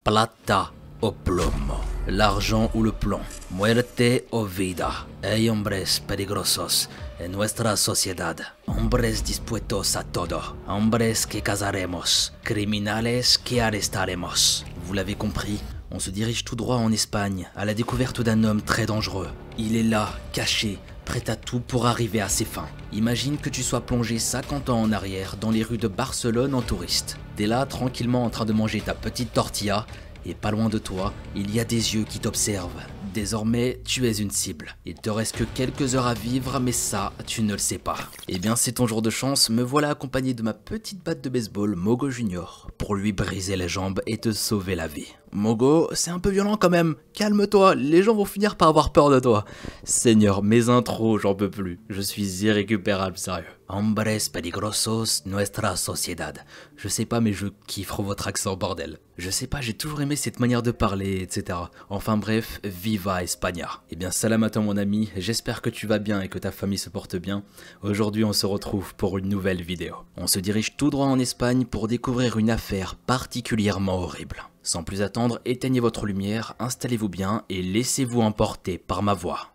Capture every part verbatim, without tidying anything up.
Plata o plomo. L'argent ou le plomb. Muerte o vida. Hay hombres peligrosos en nuestra sociedad. Hombres dispuestos a todo. Hombres que casaremos. Criminales que arrestaremos. Vous l'avez compris, on se dirige tout droit en Espagne, à la découverte d'un homme très dangereux. Il est là, caché, prêt à tout pour arriver à ses fins. Imagine que tu sois plongé cinquante ans en arrière dans les rues de Barcelone en touriste. T'es là tranquillement en train de manger ta petite tortilla, et pas loin de toi, il y a des yeux qui t'observent. Désormais, tu es une cible. Il te reste que quelques heures à vivre, mais ça, tu ne le sais pas. Eh bien, c'est ton jour de chance, me voilà accompagné de ma petite batte de baseball, Mogo Junior, pour lui briser les jambes et te sauver la vie. Mogo, c'est un peu violent quand même, calme-toi, les gens vont finir par avoir peur de toi. Seigneur, mes intros, j'en peux plus, je suis irrécupérable, sérieux. Hombres peligrosos, nuestra sociedad. Je sais pas mais je kiffe votre accent bordel. Je sais pas, j'ai toujours aimé cette manière de parler, et cetera. Enfin bref, viva España. Eh bien salam à toi mon ami, j'espère que tu vas bien et que ta famille se porte bien. Aujourd'hui on se retrouve pour une nouvelle vidéo. On se dirige tout droit en Espagne pour découvrir une affaire particulièrement horrible. Sans plus attendre, éteignez votre lumière, installez-vous bien et laissez-vous emporter par ma voix.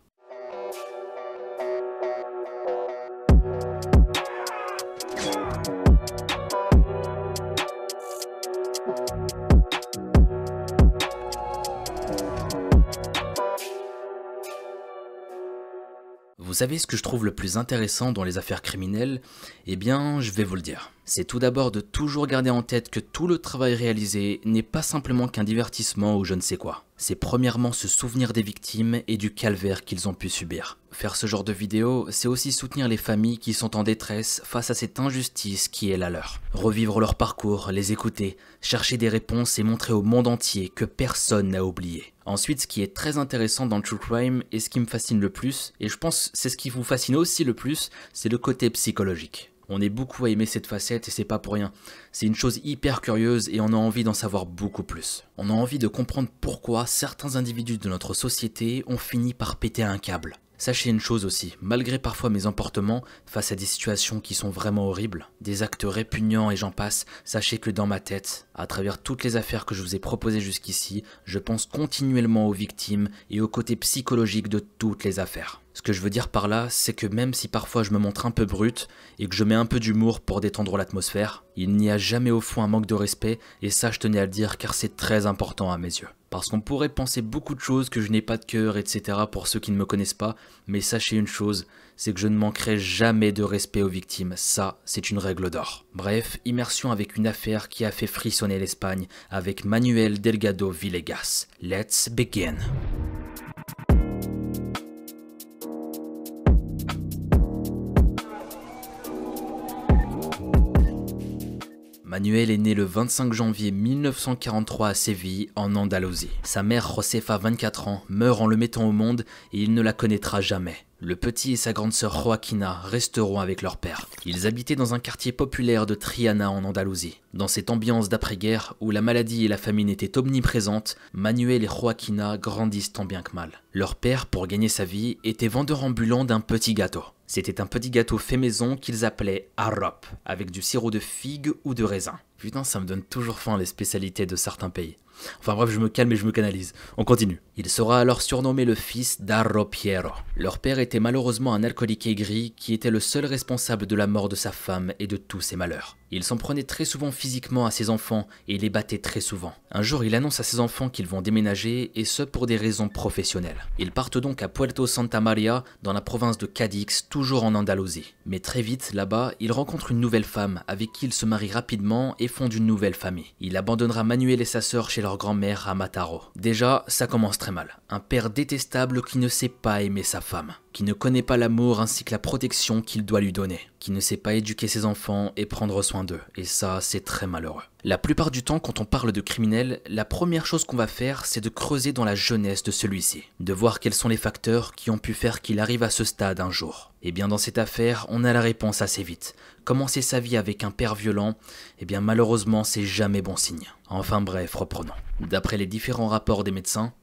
Vous savez ce que je trouve le plus intéressant dans les affaires criminelles? Eh bien, je vais vous le dire. C'est tout d'abord de toujours garder en tête que tout le travail réalisé n'est pas simplement qu'un divertissement ou je ne sais quoi. C'est premièrement se souvenir des victimes et du calvaire qu'ils ont pu subir. Faire ce genre de vidéo, c'est aussi soutenir les familles qui sont en détresse face à cette injustice qui est la leur. Revivre leur parcours, les écouter, chercher des réponses et montrer au monde entier que personne n'a oublié. Ensuite, ce qui est très intéressant dans le true crime et ce qui me fascine le plus, et je pense c'est ce qui vous fascine aussi le plus, c'est le côté psychologique. On est beaucoup à aimer cette facette et c'est pas pour rien. C'est une chose hyper curieuse et on a envie d'en savoir beaucoup plus. On a envie de comprendre pourquoi certains individus de notre société ont fini par péter un câble. Sachez une chose aussi, malgré parfois mes emportements face à des situations qui sont vraiment horribles, des actes répugnants et j'en passe, sachez que dans ma tête, à travers toutes les affaires que je vous ai proposées jusqu'ici, je pense continuellement aux victimes et au côté psychologique de toutes les affaires. Ce que je veux dire par là, c'est que même si parfois je me montre un peu brute et que je mets un peu d'humour pour détendre l'atmosphère, il n'y a jamais au fond un manque de respect et ça je tenais à le dire car c'est très important à mes yeux. Parce qu'on pourrait penser beaucoup de choses, que je n'ai pas de cœur, et cetera pour ceux qui ne me connaissent pas, mais sachez une chose, c'est que je ne manquerai jamais de respect aux victimes, ça c'est une règle d'or. Bref, immersion avec une affaire qui a fait frissonner l'Espagne avec Manuel Delgado Villegas. Let's begin. Manuel est né le vingt-cinq janvier mille neuf cent quarante-trois à Séville, en Andalousie. Sa mère, Josefa, vingt-quatre ans, meurt en le mettant au monde et il ne la connaîtra jamais. Le petit et sa grande sœur Joaquina resteront avec leur père. Ils habitaient dans un quartier populaire de Triana en Andalousie. Dans cette ambiance d'après-guerre où la maladie et la famine étaient omniprésentes, Manuel et Joaquina grandissent tant bien que mal. Leur père, pour gagner sa vie, était vendeur ambulant d'un petit gâteau. C'était un petit gâteau fait maison qu'ils appelaient arrop, avec du sirop de figue ou de raisin. Putain, ça me donne toujours faim les spécialités de certains pays. Enfin bref, je me calme et je me canalise. On continue. Il sera alors surnommé le fils d'Arropiero. Leur père était malheureusement un alcoolique aigri qui était le seul responsable de la mort de sa femme et de tous ses malheurs. Il s'en prenait très souvent physiquement à ses enfants et les battait très souvent. Un jour, il annonce à ses enfants qu'ils vont déménager et ce pour des raisons professionnelles. Ils partent donc à Puerto Santa Maria dans la province de Cadix, toujours en Andalousie. Mais très vite, là-bas, il rencontre une nouvelle femme avec qui il se marie rapidement et fonde une nouvelle famille. Il abandonnera Manuel et sa sœur chez leur grand-mère à Mataro. Déjà, ça commence très mal. Un père détestable qui ne sait pas aimer sa femme, qui ne connaît pas l'amour ainsi que la protection qu'il doit lui donner, qui ne sait pas éduquer ses enfants et prendre soin d'eux. Et ça, c'est très malheureux. La plupart du temps, quand on parle de criminel, la première chose qu'on va faire, c'est de creuser dans la jeunesse de celui-ci, de voir quels sont les facteurs qui ont pu faire qu'il arrive à ce stade un jour. Et bien dans cette affaire, on a la réponse assez vite. Commencer sa vie avec un père violent, eh bien malheureusement c'est jamais bon signe. Enfin bref, reprenons. D'après les différents rapports des médecins,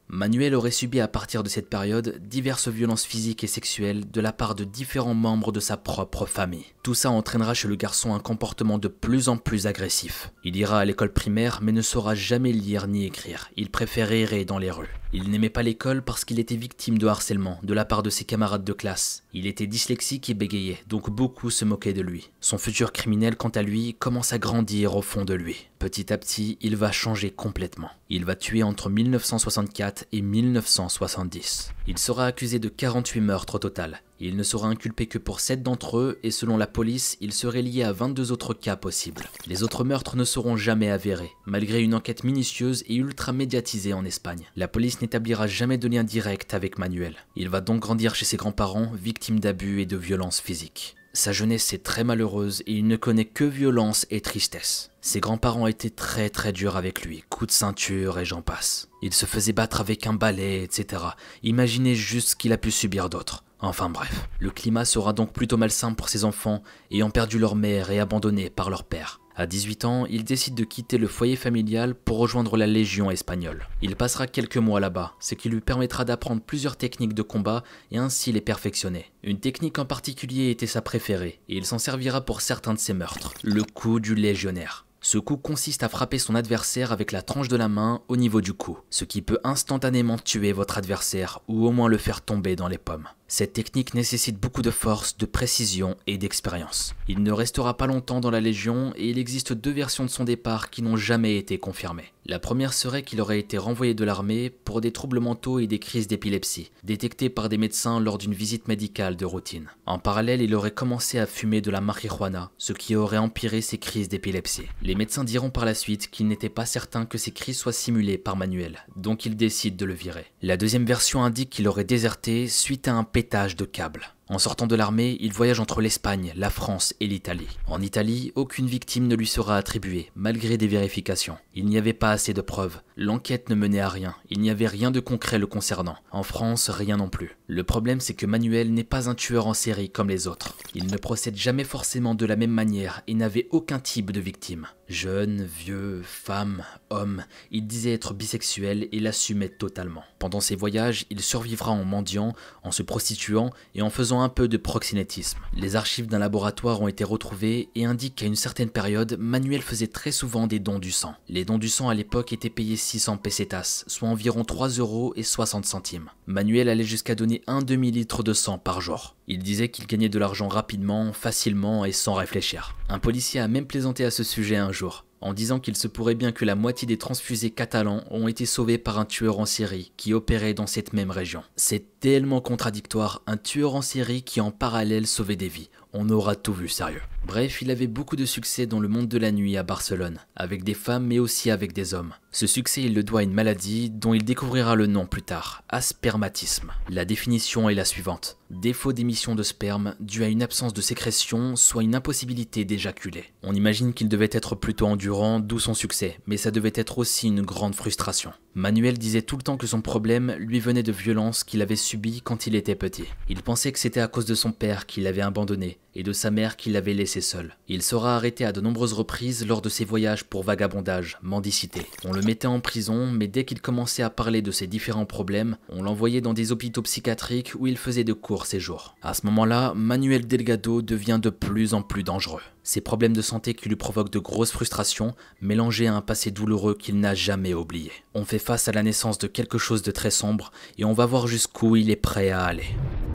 Manuel aurait subi à partir de cette période diverses violences physiques et sexuelles de la part de différents membres de sa propre famille. Tout ça entraînera chez le garçon un comportement de plus en plus agressif. Il ira à l'école primaire mais ne saura jamais lire ni écrire. Il préfère errer dans les rues. Il n'aimait pas l'école parce qu'il était victime de harcèlement de la part de ses camarades de classe. Il était dyslexique et bégayait, donc beaucoup se moquaient de lui. Son futur criminel, quant à lui, commence à grandir au fond de lui. Petit à petit, il va changer complètement. Il va tuer entre mille neuf cent soixante-quatre et mille neuf cent soixante-dix. Il sera accusé de quarante-huit meurtres au total. Il ne sera inculpé que pour sept d'entre eux et selon la police, il serait lié à vingt-deux autres cas possibles. Les autres meurtres ne seront jamais avérés, malgré une enquête minutieuse et ultra médiatisée en Espagne. La police n'établira jamais de lien direct avec Manuel. Il va donc grandir chez ses grands-parents, victime d'abus et de violences physiques. Sa jeunesse est très malheureuse et il ne connaît que violence et tristesse. Ses grands-parents étaient très très durs avec lui, coups de ceinture et j'en passe. Il se faisait battre avec un balai, et cetera. Imaginez juste ce qu'il a pu subir d'autre. Enfin bref, le climat sera donc plutôt malsain pour ses enfants, ayant perdu leur mère et abandonnés par leur père. À dix-huit ans, il décide de quitter le foyer familial pour rejoindre la Légion espagnole. Il passera quelques mois là-bas, ce qui lui permettra d'apprendre plusieurs techniques de combat et ainsi les perfectionner. Une technique en particulier était sa préférée, et il s'en servira pour certains de ses meurtres, le coup du légionnaire. Ce coup consiste à frapper son adversaire avec la tranche de la main au niveau du cou, ce qui peut instantanément tuer votre adversaire ou au moins le faire tomber dans les pommes. Cette technique nécessite beaucoup de force, de précision et d'expérience. Il ne restera pas longtemps dans la Légion et il existe deux versions de son départ qui n'ont jamais été confirmées. La première serait qu'il aurait été renvoyé de l'armée pour des troubles mentaux et des crises d'épilepsie, détectés par des médecins lors d'une visite médicale de routine. En parallèle, il aurait commencé à fumer de la marijuana, ce qui aurait empiré ses crises d'épilepsie. Les médecins diront par la suite qu'ils n'étaient pas certains que ces crises soient simulées par Manuel, donc ils décident de le virer. La deuxième version indique qu'il aurait déserté suite à un pétage de câble. En sortant de l'armée, il voyage entre l'Espagne, la France et l'Italie. En Italie, aucune victime ne lui sera attribuée, malgré des vérifications. Il n'y avait pas assez de preuves. L'enquête ne menait à rien. Il n'y avait rien de concret le concernant. En France, rien non plus. Le problème, c'est que Manuel n'est pas un tueur en série comme les autres. Il ne procède jamais forcément de la même manière et n'avait aucun type de victime. Jeune, vieux, femme, homme, il disait être bisexuel et l'assumait totalement. Pendant ses voyages, il survivra en mendiant, en se prostituant et en faisant un peu de proxénétisme. Les archives d'un laboratoire ont été retrouvées et indiquent qu'à une certaine période, Manuel faisait très souvent des dons du sang. Les dons du sang à l'époque étaient payés six cents pesetas, soit environ trois euros et soixante centimes. Manuel allait jusqu'à donner un demi-litre de sang par jour. Il disait qu'il gagnait de l'argent rapidement, facilement et sans réfléchir. Un policier a même plaisanté à ce sujet un jour, en disant qu'il se pourrait bien que la moitié des transfusés catalans ont été sauvés par un tueur en série qui opérait dans cette même région. C'est tellement contradictoire, un tueur en série qui en parallèle sauvait des vies. On aura tout vu, sérieux. Bref, il avait beaucoup de succès dans le monde de la nuit à Barcelone, avec des femmes mais aussi avec des hommes. Ce succès, il le doit à une maladie dont il découvrira le nom plus tard, aspermatisme. La définition est la suivante. Défaut d'émission de sperme dû à une absence de sécrétion, soit une impossibilité d'éjaculer. On imagine qu'il devait être plutôt endurant, d'où son succès, mais ça devait être aussi une grande frustration. Manuel disait tout le temps que son problème lui venait de violences qu'il avait subies quand il était petit. Il pensait que c'était à cause de son père qui l'avait abandonné et de sa mère qui l'avait laissé seul. Il sera arrêté à de nombreuses reprises lors de ses voyages pour vagabondage, mendicité. On le mettait en prison, mais dès qu'il commençait à parler de ses différents problèmes, on l'envoyait dans des hôpitaux psychiatriques où il faisait de courts séjours. À ce moment-là, Manuel Delgado devient de plus en plus dangereux. Ses problèmes de santé qui lui provoquent de grosses frustrations, mélangés à un passé douloureux qu'il n'a jamais oublié. On fait face à la naissance de quelque chose de très sombre et on va voir jusqu'où il est prêt à aller.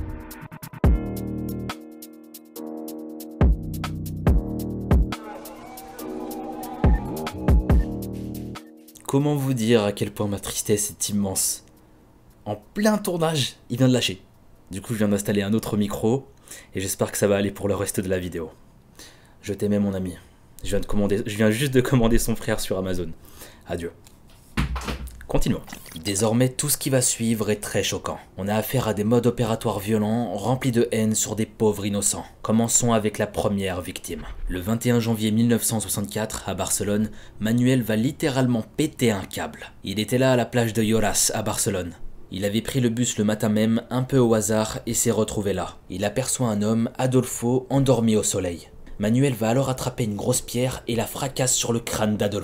Comment vous dire à quel point ma tristesse est immense? En plein tournage, il vient de lâcher. Du coup, je viens d'installer un autre micro et j'espère que ça va aller pour le reste de la vidéo. Je t'aimais mon ami. Je viens, de commander, je viens juste de commander son frère sur Amazon. Adieu. Continuons. Désormais, tout ce qui va suivre est très choquant. On a affaire à des modes opératoires violents, remplis de haine sur des pauvres innocents. Commençons avec la première victime. Le vingt et un janvier mille neuf cent soixante-quatre, à Barcelone, Manuel va littéralement péter un câble. Il était là à la plage de Lloras, à Barcelone. Il avait pris le bus le matin même, un peu au hasard, et s'est retrouvé là. Il aperçoit un homme, Adolfo, endormi au soleil. Manuel va alors attraper une grosse pierre et la fracasse sur le crâne d'Adolfo.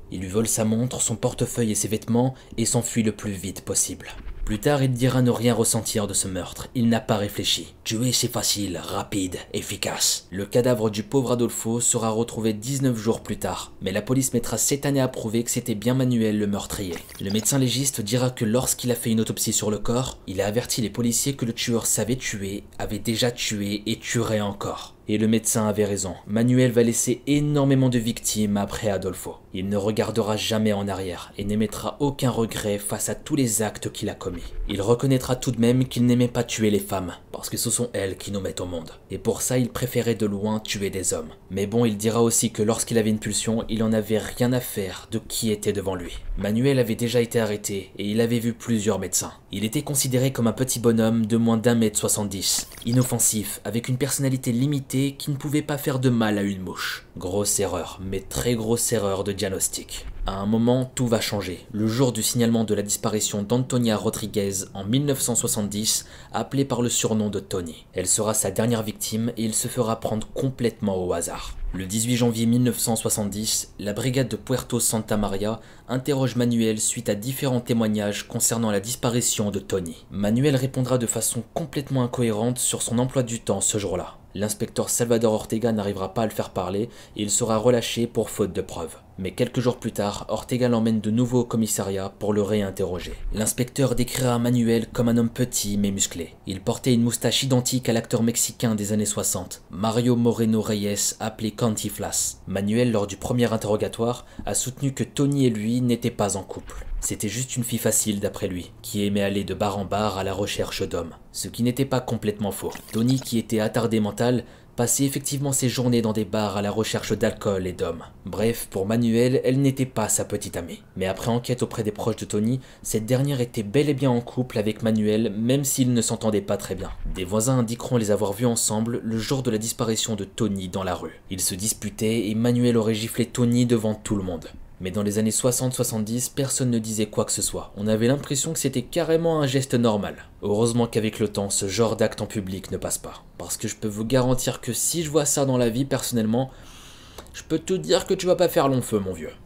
Il lui vole sa montre, son portefeuille et ses vêtements et s'enfuit le plus vite possible. Plus tard, il dira ne rien ressentir de ce meurtre. Il n'a pas réfléchi. Tuer, c'est facile, rapide, efficace. Le cadavre du pauvre Adolfo sera retrouvé dix-neuf jours plus tard, mais la police mettra sept années à prouver que c'était bien Manuel le meurtrier. Le médecin légiste dira que lorsqu'il a fait une autopsie sur le corps, il a averti les policiers que le tueur savait tuer, avait déjà tué et tuerait encore. Et le médecin avait raison, Manuel va laisser énormément de victimes après Adolfo. Il ne regardera jamais en arrière et n'émettra aucun regret face à tous les actes qu'il a commis. Il reconnaîtra tout de même qu'il n'aimait pas tuer les femmes, parce que ce sont elles qui nous mettent au monde. Et pour ça, il préférait de loin tuer des hommes. Mais bon, il dira aussi que lorsqu'il avait une pulsion, il en avait rien à faire de qui était devant lui. Manuel avait déjà été arrêté et il avait vu plusieurs médecins. Il était considéré comme un petit bonhomme de moins d'un mètre soixante-dix, inoffensif, avec une personnalité limitée qui ne pouvait pas faire de mal à une mouche. Grosse erreur, mais très grosse erreur de diagnostic. À un moment, tout va changer. Le jour du signalement de la disparition d'Antonia Rodriguez en mille neuf cent soixante-dix, appelée par le surnom de Tony. Elle sera sa dernière victime et il se fera prendre complètement au hasard. Le dix-huit janvier mille neuf cent soixante-dix, la brigade de Puerto Santa Maria interroge Manuel suite à différents témoignages concernant la disparition de Tony. Manuel répondra de façon complètement incohérente sur son emploi du temps ce jour-là. L'inspecteur Salvador Ortega n'arrivera pas à le faire parler et il sera relâché pour faute de preuves. Mais quelques jours plus tard, Ortega l'emmène de nouveau au commissariat pour le réinterroger. L'inspecteur décrira Manuel comme un homme petit mais musclé. Il portait une moustache identique à l'acteur mexicain des années soixante, Mario Moreno Reyes, appelé Cantinflas. Manuel, lors du premier interrogatoire, a soutenu que Tony et lui n'étaient pas en couple. C'était juste une fille facile d'après lui, qui aimait aller de bar en bar à la recherche d'hommes. Ce qui n'était pas complètement faux. Tony, qui était attardé mental, passait effectivement ses journées dans des bars à la recherche d'alcool et d'hommes. Bref, pour Manuel, elle n'était pas sa petite amie. Mais après enquête auprès des proches de Tony, cette dernière était bel et bien en couple avec Manuel, même s'ils ne s'entendaient pas très bien. Des voisins indiqueront les avoir vus ensemble le jour de la disparition de Tony dans la rue. Ils se disputaient et Manuel aurait giflé Tony devant tout le monde. Mais dans les années soixante soixante-dix, personne ne disait quoi que ce soit. On avait l'impression que c'était carrément un geste normal. Heureusement qu'avec le temps, ce genre d'acte en public ne passe pas. Parce que je peux vous garantir que si je vois ça dans la vie, personnellement, je peux te dire que tu vas pas faire long feu, mon vieux.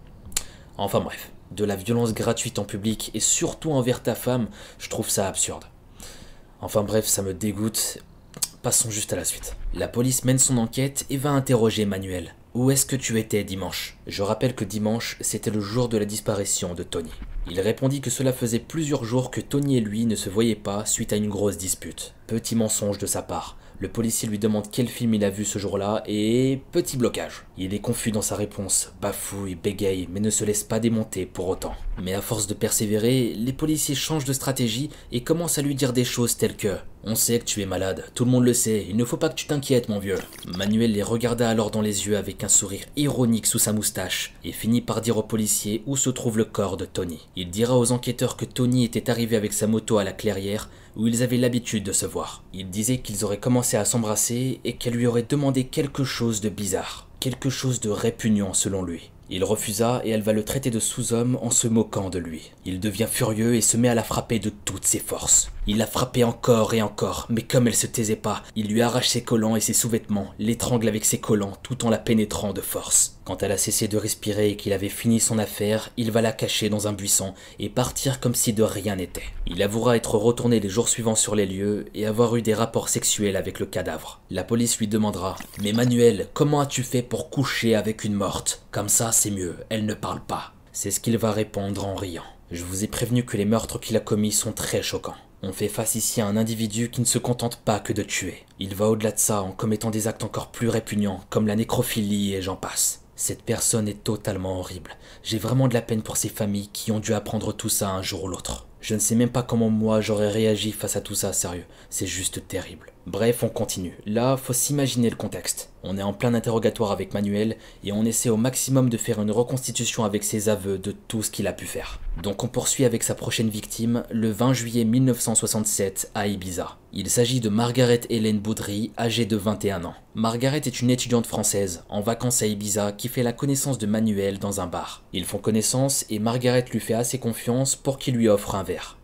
Enfin bref, de la violence gratuite en public et surtout envers ta femme, je trouve ça absurde. Enfin bref, ça me dégoûte. Passons juste à la suite. La police mène son enquête et va interroger Manuel. Où est-ce que tu étais dimanche? Je rappelle que dimanche, c'était le jour de la disparition de Tony. Il répondit que cela faisait plusieurs jours que Tony et lui ne se voyaient pas suite à une grosse dispute. Petit mensonge de sa part. Le policier lui demande quel film il a vu ce jour-là et petit blocage. Il est confus dans sa réponse, bafouille, bégaye, mais ne se laisse pas démonter pour autant. Mais à force de persévérer, les policiers changent de stratégie et commencent à lui dire des choses telles que « On sait que tu es malade, tout le monde le sait, il ne faut pas que tu t'inquiètes mon vieux ». Manuel les regarda alors dans les yeux avec un sourire ironique sous sa moustache et finit par dire aux policiers où se trouve le corps de Tony. Il dira aux enquêteurs que Tony était arrivé avec sa moto à la clairière où ils avaient l'habitude de se voir. Il disait qu'ils auraient commencé à s'embrasser et qu'elle lui aurait demandé quelque chose de bizarre, quelque chose de répugnant selon lui. Il refusa et elle va le traiter de sous-homme en se moquant de lui. Il devient furieux et se met à la frapper de toutes ses forces. Il la frappait encore et encore, mais comme elle se taisait pas, il lui arrache ses collants et ses sous-vêtements, l'étrangle avec ses collants tout en la pénétrant de force. Quand elle a cessé de respirer et qu'il avait fini son affaire, il va la cacher dans un buisson et partir comme si de rien n'était. Il avouera être retourné les jours suivants sur les lieux et avoir eu des rapports sexuels avec le cadavre. La police lui demandera « Mais Manuel, comment as-tu fait pour coucher avec une morte? Comme ça, c'est mieux, elle ne parle pas. » C'est ce qu'il va répondre en riant. Je vous ai prévenu que les meurtres qu'il a commis sont très choquants. On fait face ici à un individu qui ne se contente pas que de tuer. Il va au-delà de ça en commettant des actes encore plus répugnants, comme la nécrophilie et j'en passe. Cette personne est totalement horrible. J'ai vraiment de la peine pour ces familles qui ont dû apprendre tout ça un jour ou l'autre. Je ne sais même pas comment moi j'aurais réagi face à tout ça, sérieux. C'est juste terrible. Bref, on continue. Là, faut s'imaginer le contexte. On est en plein interrogatoire avec Manuel et on essaie au maximum de faire une reconstitution avec ses aveux de tout ce qu'il a pu faire. Donc on poursuit avec sa prochaine victime le vingt juillet mille neuf cent soixante-sept à Ibiza. Il s'agit de Margaret Hélène Boudry, âgée de vingt et un ans. Margaret est une étudiante française, en vacances à Ibiza, qui fait la connaissance de Manuel dans un bar. Ils font connaissance et Margaret lui fait assez confiance pour qu'il lui offre un verre.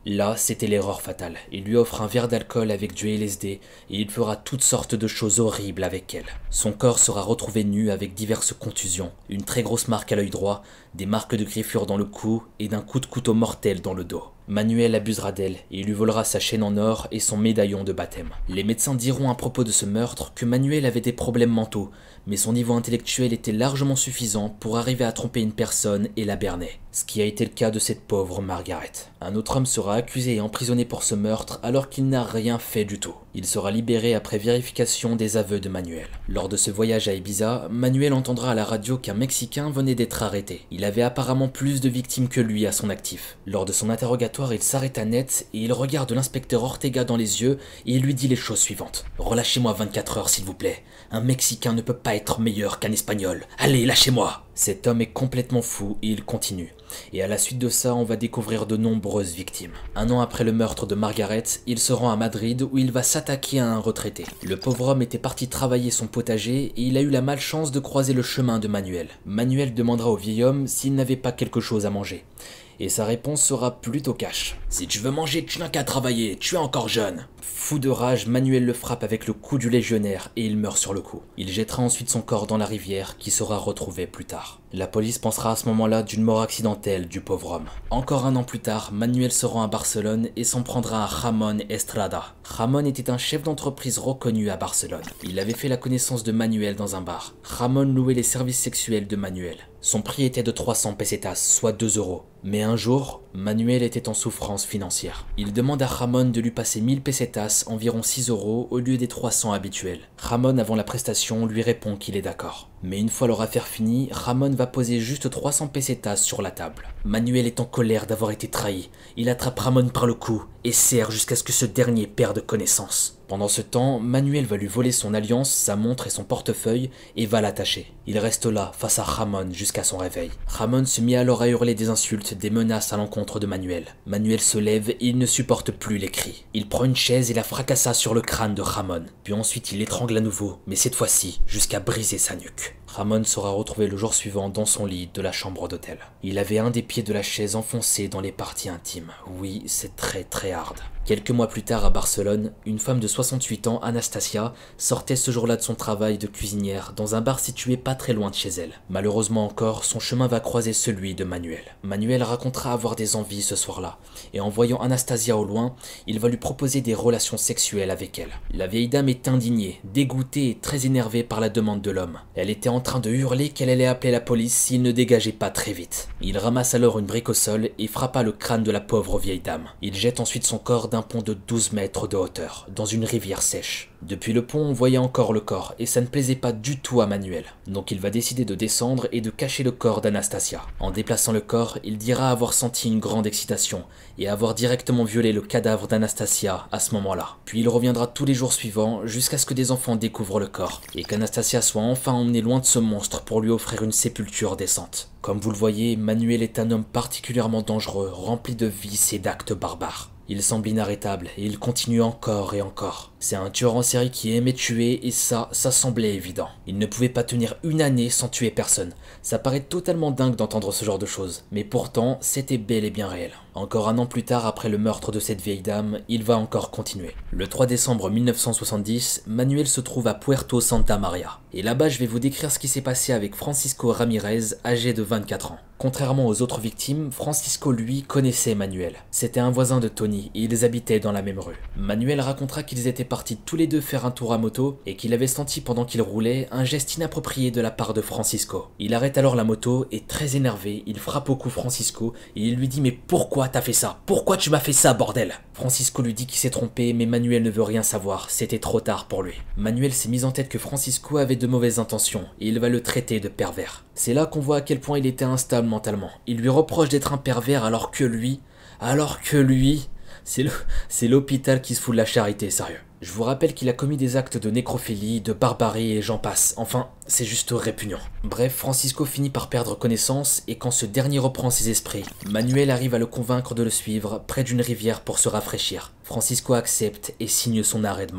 Là, c'était l'erreur fatale. Il lui offre un verre d'alcool avec du L S D et il fera toutes sortes de choses horribles avec elle. Son corps sera retrouvé nu avec diverses contusions, une très grosse marque à l'œil droit, des marques de griffures dans le cou et d'un coup de couteau mortel dans le dos. Manuel abusera d'elle et lui volera sa chaîne en or et son médaillon de baptême. Les médecins diront à propos de ce meurtre que Manuel avait des problèmes mentaux, mais son niveau intellectuel était largement suffisant pour arriver à tromper une personne et la berner. Ce qui a été le cas de cette pauvre Margaret. Un autre homme sera accusé et emprisonné pour ce meurtre alors qu'il n'a rien fait du tout. Il sera libéré après vérification des aveux de Manuel. Lors de ce voyage à Ibiza, Manuel entendra à la radio qu'un Mexicain venait d'être arrêté. Il avait apparemment plus de victimes que lui à son actif. Lors de son interrogatoire, il s'arrêta net et il regarde l'inspecteur Ortega dans les yeux et il lui dit les choses suivantes. « Relâchez-moi vingt-quatre heures s'il vous plaît. Un Mexicain ne peut pas être meilleur qu'un Espagnol. Allez, lâchez-moi !» Cet homme est complètement fou et il continue. Et à la suite de ça, on va découvrir de nombreuses victimes. Un an après le meurtre de Margaret, il se rend à Madrid où il va s'attaquer à un retraité. Le pauvre homme était parti travailler son potager et il a eu la malchance de croiser le chemin de Manuel. Manuel demandera au vieil homme s'il n'avait pas quelque chose à manger. Et sa réponse sera plutôt cash. « Si tu veux manger, tu n'as qu'à travailler, tu es encore jeune !» Fou de rage, Manuel le frappe avec le coup du légionnaire et il meurt sur le coup. Il jettera ensuite son corps dans la rivière qui sera retrouvé plus tard. La police pensera à ce moment-là d'une mort accidentelle du pauvre homme. Encore un an plus tard, Manuel se rend à Barcelone et s'en prendra à Ramon Estrada. Ramon était un chef d'entreprise reconnu à Barcelone. Il avait fait la connaissance de Manuel dans un bar. Ramon louait les services sexuels de Manuel. Son prix était de trois cents pesetas, soit deux euros. Mais un jour, Manuel était en souffrance financière. Il demande à Ramon de lui passer mille pesetas, environ six euros, au lieu des trois cents habituels. Ramon, avant la prestation, lui répond qu'il est d'accord. Mais une fois leur affaire finie, Ramon va poser juste trois cents pesetas sur la table. Manuel est en colère d'avoir été trahi. Il attrape Ramon par le cou et serre jusqu'à ce que ce dernier perde connaissance. Pendant ce temps, Manuel va lui voler son alliance, sa montre et son portefeuille et va l'attacher. Il reste là, face à Ramon, jusqu'à son réveil. Ramon se mit alors à hurler des insultes, des menaces à l'encontre de Manuel. Manuel se lève et il ne supporte plus les cris. Il prend une chaise et la fracassa sur le crâne de Ramon. Puis ensuite il l'étrangle à nouveau, mais cette fois-ci, jusqu'à briser sa nuque. Ramon sera retrouvé le jour suivant dans son lit de la chambre d'hôtel. Il avait un des pieds de la chaise enfoncé dans les parties intimes. Oui, c'est très très hard. Quelques mois plus tard à Barcelone, une femme de soixante-huit ans, Anastasia, sortait ce jour-là de son travail de cuisinière dans un bar situé pas très loin de chez elle. Malheureusement encore, son chemin va croiser celui de Manuel. Manuel racontera avoir des envies ce soir-là, et en voyant Anastasia au loin, il va lui proposer des relations sexuelles avec elle. La vieille dame est indignée, dégoûtée et très énervée par la demande de l'homme. Elle était en train de hurler qu'elle allait appeler la police s'il ne dégageait pas très vite. Il ramasse alors une brique au sol et frappa le crâne de la pauvre vieille dame. Il jette ensuite son corps d'un pont de douze mètres de hauteur, dans une rivière sèche. Depuis le pont, on voyait encore le corps, et ça ne plaisait pas du tout à Manuel. Donc il va décider de descendre et de cacher le corps d'Anastasia. En déplaçant le corps, il dira avoir senti une grande excitation, et avoir directement violé le cadavre d'Anastasia à ce moment-là. Puis il reviendra tous les jours suivants, jusqu'à ce que des enfants découvrent le corps, et qu'Anastasia soit enfin emmenée loin de ce monstre pour lui offrir une sépulture décente. Comme vous le voyez, Manuel est un homme particulièrement dangereux, rempli de vices et d'actes barbares. Il semble inarrêtable et il continue encore et encore. C'est un tueur en série qui aimait tuer et ça, ça semblait évident. Il ne pouvait pas tenir une année sans tuer personne. Ça paraît totalement dingue d'entendre ce genre de choses, mais pourtant c'était bel et bien réel. Encore un an plus tard, après le meurtre de cette vieille dame, il va encore continuer. Le trois décembre mille neuf cent soixante-dix, Manuel se trouve à Puerto Santa Maria. Et là-bas, je vais vous décrire ce qui s'est passé avec Francisco Ramirez, âgé de vingt-quatre ans. Contrairement aux autres victimes, Francisco, lui, connaissait Manuel. C'était un voisin de Tony et ils habitaient dans la même rue. Manuel racontera qu'ils étaient partis tous les deux faire un tour à moto et qu'il avait senti pendant qu'il roulait un geste inapproprié de la part de Francisco. Il arrête alors la moto et très énervé, il frappe au cou Francisco et il lui dit « Mais pourquoi t'as fait ça? Pourquoi tu m'as fait ça, bordel ?» Francisco lui dit qu'il s'est trompé, mais Manuel ne veut rien savoir, c'était trop tard pour lui. Manuel s'est mis en tête que Francisco avait de mauvaises intentions et il va le traiter de pervers. C'est là qu'on voit à quel point il était instable mentalement. Il lui reproche d'être un pervers alors que lui, alors que lui, c'est le, c'est l'hôpital qui se fout de la charité, sérieux. Je vous rappelle qu'il a commis des actes de nécrophilie, de barbarie et j'en passe. Enfin, c'est juste répugnant. Bref, Francisco finit par perdre connaissance et quand ce dernier reprend ses esprits, Manuel arrive à le convaincre de le suivre près d'une rivière pour se rafraîchir. Francisco accepte et signe son arrêt de mort.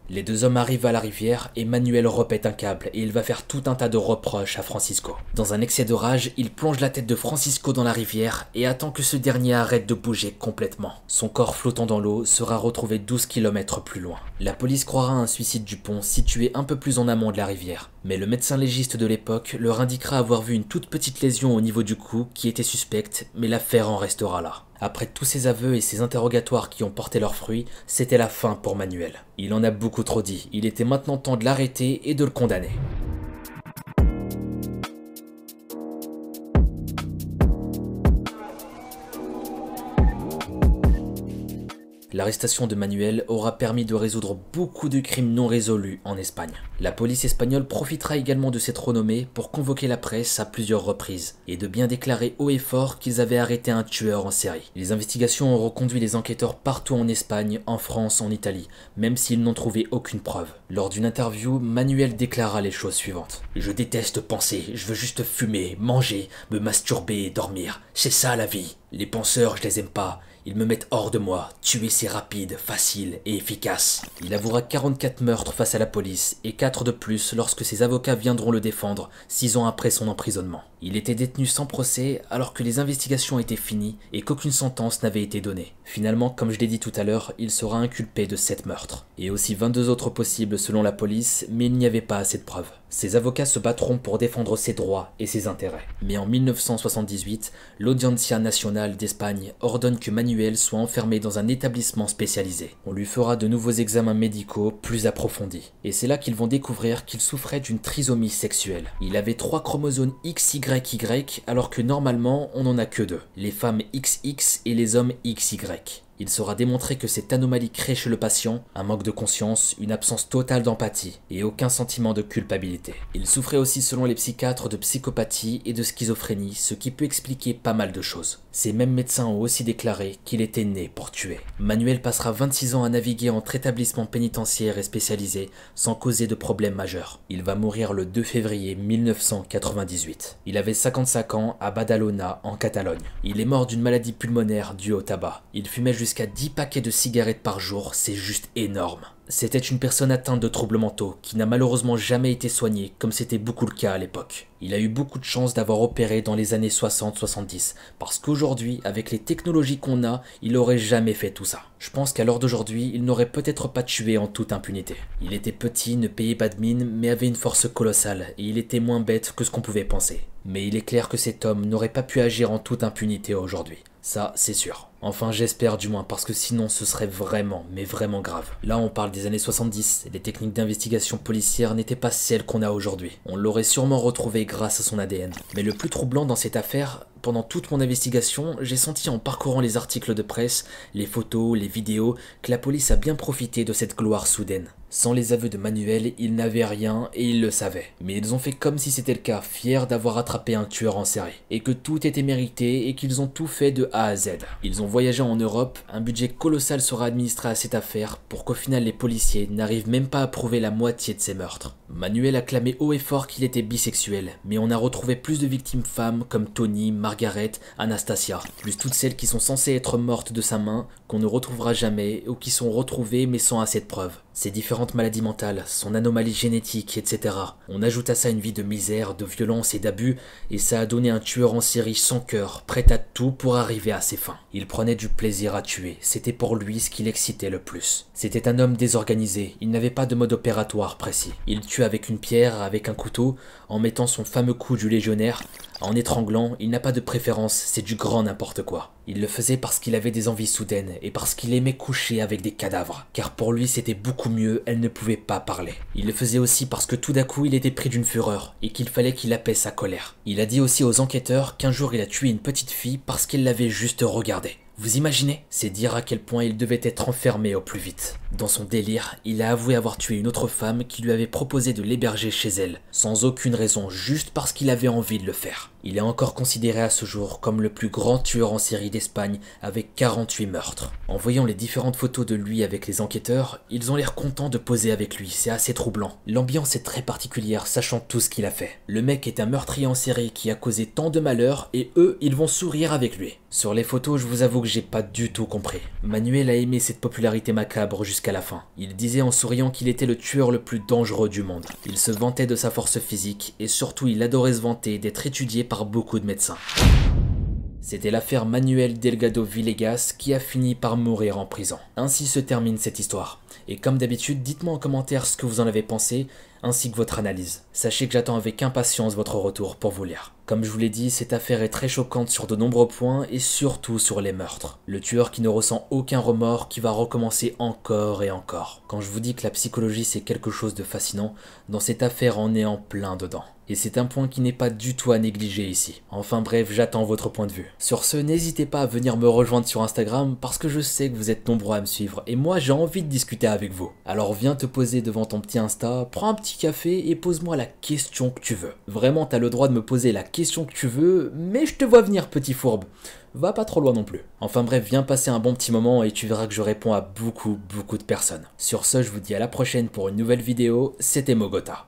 Les deux hommes arrivent à la rivière et Manuel repète un câble et il va faire tout un tas de reproches à Francisco. Dans un excès de rage, il plonge la tête de Francisco dans la rivière et attend que ce dernier arrête de bouger complètement. Son corps flottant dans l'eau sera retrouvé douze kilomètres plus loin. La police croira à un suicide du pont situé un peu plus en amont de la rivière, mais le médecin légiste de l'époque leur indiquera avoir vu une toute petite lésion au niveau du cou qui était suspecte, mais l'affaire en restera là. Après tous ces aveux et ces interrogatoires qui ont porté leurs fruits, c'était la fin pour Manuel. Il en a beaucoup trop dit, il était maintenant temps de l'arrêter et de le condamner. L'arrestation de Manuel aura permis de résoudre beaucoup de crimes non résolus en Espagne. La police espagnole profitera également de cette renommée pour convoquer la presse à plusieurs reprises et de bien déclarer haut et fort qu'ils avaient arrêté un tueur en série. Les investigations ont reconduit les enquêteurs partout en Espagne, en France, en Italie, même s'ils n'ont trouvé aucune preuve. Lors d'une interview, Manuel déclara les choses suivantes. « Je déteste penser, je veux juste fumer, manger, me masturber et dormir. C'est ça la vie. Les penseurs, je les aime pas. Ils me mettent hors de moi, tuer c'est rapide, facile et efficace. » Il avouera quarante-quatre meurtres face à la police et quatre de plus lorsque ses avocats viendront le défendre, six ans après son emprisonnement. Il était détenu sans procès alors que les investigations étaient finies et qu'aucune sentence n'avait été donnée. Finalement, comme je l'ai dit tout à l'heure, il sera inculpé de sept meurtres. Et aussi vingt-deux autres possibles selon la police, mais il n'y avait pas assez de preuves. Ses avocats se battront pour défendre ses droits et ses intérêts. Mais en mille neuf cent soixante-dix-huit, l'Audiencia Nacional d'Espagne ordonne que Manuel soit enfermé dans un établissement spécialisé. On lui fera de nouveaux examens médicaux plus approfondis. Et c'est là qu'ils vont découvrir qu'il souffrait d'une trisomie sexuelle. Il avait trois chromosomes X Y Y alors que normalement on n'en a que deux. Les femmes X X et les hommes X Y. Il sera démontré que cette anomalie crée chez le patient un manque de conscience, une absence totale d'empathie et aucun sentiment de culpabilité. Il souffrait aussi selon les psychiatres de psychopathie et de schizophrénie, ce qui peut expliquer pas mal de choses. Ces mêmes médecins ont aussi déclaré qu'il était né pour tuer. Manuel passera vingt-six ans à naviguer entre établissements pénitentiaires et spécialisés sans causer de problème majeur. Il va mourir le deux février mille neuf cent quatre-vingt-dix-huit. Il avait cinquante-cinq ans à Badalona en Catalogne. Il est mort d'une maladie pulmonaire due au tabac. Il fumait jusqu'à dix paquets de cigarettes par jour, c'est juste énorme. C'était une personne atteinte de troubles mentaux qui n'a malheureusement jamais été soignée comme c'était beaucoup le cas à l'époque. Il a eu beaucoup de chance d'avoir opéré dans les années soixante soixante-dix parce qu'aujourd'hui, avec les technologies qu'on a, il aurait jamais fait tout ça. Je pense qu'à l'heure d'aujourd'hui, il n'aurait peut-être pas tué en toute impunité. Il était petit, ne payait pas de mine, mais avait une force colossale et il était moins bête que ce qu'on pouvait penser. Mais il est clair que cet homme n'aurait pas pu agir en toute impunité aujourd'hui. Ça, c'est sûr. Enfin, j'espère du moins, parce que sinon ce serait vraiment, mais vraiment grave. Là, on parle des années soixante-dix, et les techniques d'investigation policière n'étaient pas celles qu'on a aujourd'hui. On l'aurait sûrement retrouvé grâce à son A D N. Mais le plus troublant dans cette affaire, pendant toute mon investigation, j'ai senti en parcourant les articles de presse, les photos, les vidéos, que la police a bien profité de cette gloire soudaine. Sans les aveux de Manuel, ils n'avaient rien et ils le savaient. Mais ils ont fait comme si c'était le cas, fiers d'avoir attrapé un tueur en série. Et que tout était mérité et qu'ils ont tout fait de A à Z. Ils ont voyagé en Europe, un budget colossal sera administré à cette affaire pour qu'au final les policiers n'arrivent même pas à prouver la moitié de ces meurtres. Manuel a clamé haut et fort qu'il était bisexuel, mais on a retrouvé plus de victimes femmes comme Tony, Margaret, Anastasia, plus toutes celles qui sont censées être mortes de sa main, qu'on ne retrouvera jamais ou qui sont retrouvées mais sans assez de preuves. Ses différentes maladies mentales, son anomalie génétique, et cetera. On ajoute à ça une vie de misère, de violence et d'abus, et ça a donné un tueur en série sans cœur, prêt à tout pour arriver à ses fins. Il prenait du plaisir à tuer, c'était pour lui ce qui l'excitait le plus. C'était un homme désorganisé, il n'avait pas de mode opératoire précis. Il tuait avec une pierre, avec un couteau, en mettant son fameux coup du légionnaire, en étranglant, il n'a pas de préférence, c'est du grand n'importe quoi. Il le faisait parce qu'il avait des envies soudaines et parce qu'il aimait coucher avec des cadavres, car pour lui c'était beaucoup mieux, elle ne pouvait pas parler. Il le faisait aussi parce que tout d'un coup il était pris d'une fureur et qu'il fallait qu'il apaise sa colère. Il a dit aussi aux enquêteurs qu'un jour il a tué une petite fille parce qu'elle l'avait juste regardé. Vous imaginez? C'est dire à quel point il devait être enfermé au plus vite. Dans son délire, il a avoué avoir tué une autre femme qui lui avait proposé de l'héberger chez elle, sans aucune raison, juste parce qu'il avait envie de le faire. Il est encore considéré à ce jour comme le plus grand tueur en série d'Espagne avec quarante-huit meurtres. En voyant les différentes photos de lui avec les enquêteurs, ils ont l'air contents de poser avec lui, c'est assez troublant. L'ambiance est très particulière, sachant tout ce qu'il a fait. Le mec est un meurtrier en série qui a causé tant de malheur et eux, ils vont sourire avec lui. Sur les photos, je vous avoue que j'ai pas du tout compris. Manuel a aimé cette popularité macabre jusqu'à la fin. Il disait en souriant qu'il était le tueur le plus dangereux du monde. Il se vantait de sa force physique et surtout il adorait se vanter d'être étudié par beaucoup de médecins. C'était l'affaire Manuel Delgado Villegas qui a fini par mourir en prison. Ainsi se termine cette histoire. Et comme d'habitude, dites-moi en commentaire ce que vous en avez pensé, ainsi que votre analyse. Sachez que j'attends avec impatience votre retour pour vous lire. Comme je vous l'ai dit, cette affaire est très choquante sur de nombreux points et surtout sur les meurtres. Le tueur qui ne ressent aucun remords, qui va recommencer encore et encore. Quand je vous dis que la psychologie c'est quelque chose de fascinant, dans cette affaire on est en plein dedans. Et c'est un point qui n'est pas du tout à négliger ici. Enfin bref, j'attends votre point de vue. Sur ce, n'hésitez pas à venir me rejoindre sur Instagram parce que je sais que vous êtes nombreux à me suivre et moi j'ai envie de discuter avec vous. Alors viens te poser devant ton petit Insta, prends un petit café et pose-moi la question que tu veux. Vraiment, t'as le droit de me poser la question que tu veux, mais je te vois venir petit fourbe. Va pas trop loin non plus. Enfin bref, viens passer un bon petit moment et tu verras que je réponds à beaucoup, beaucoup de personnes. Sur ce, je vous dis à la prochaine pour une nouvelle vidéo, c'était Mogota.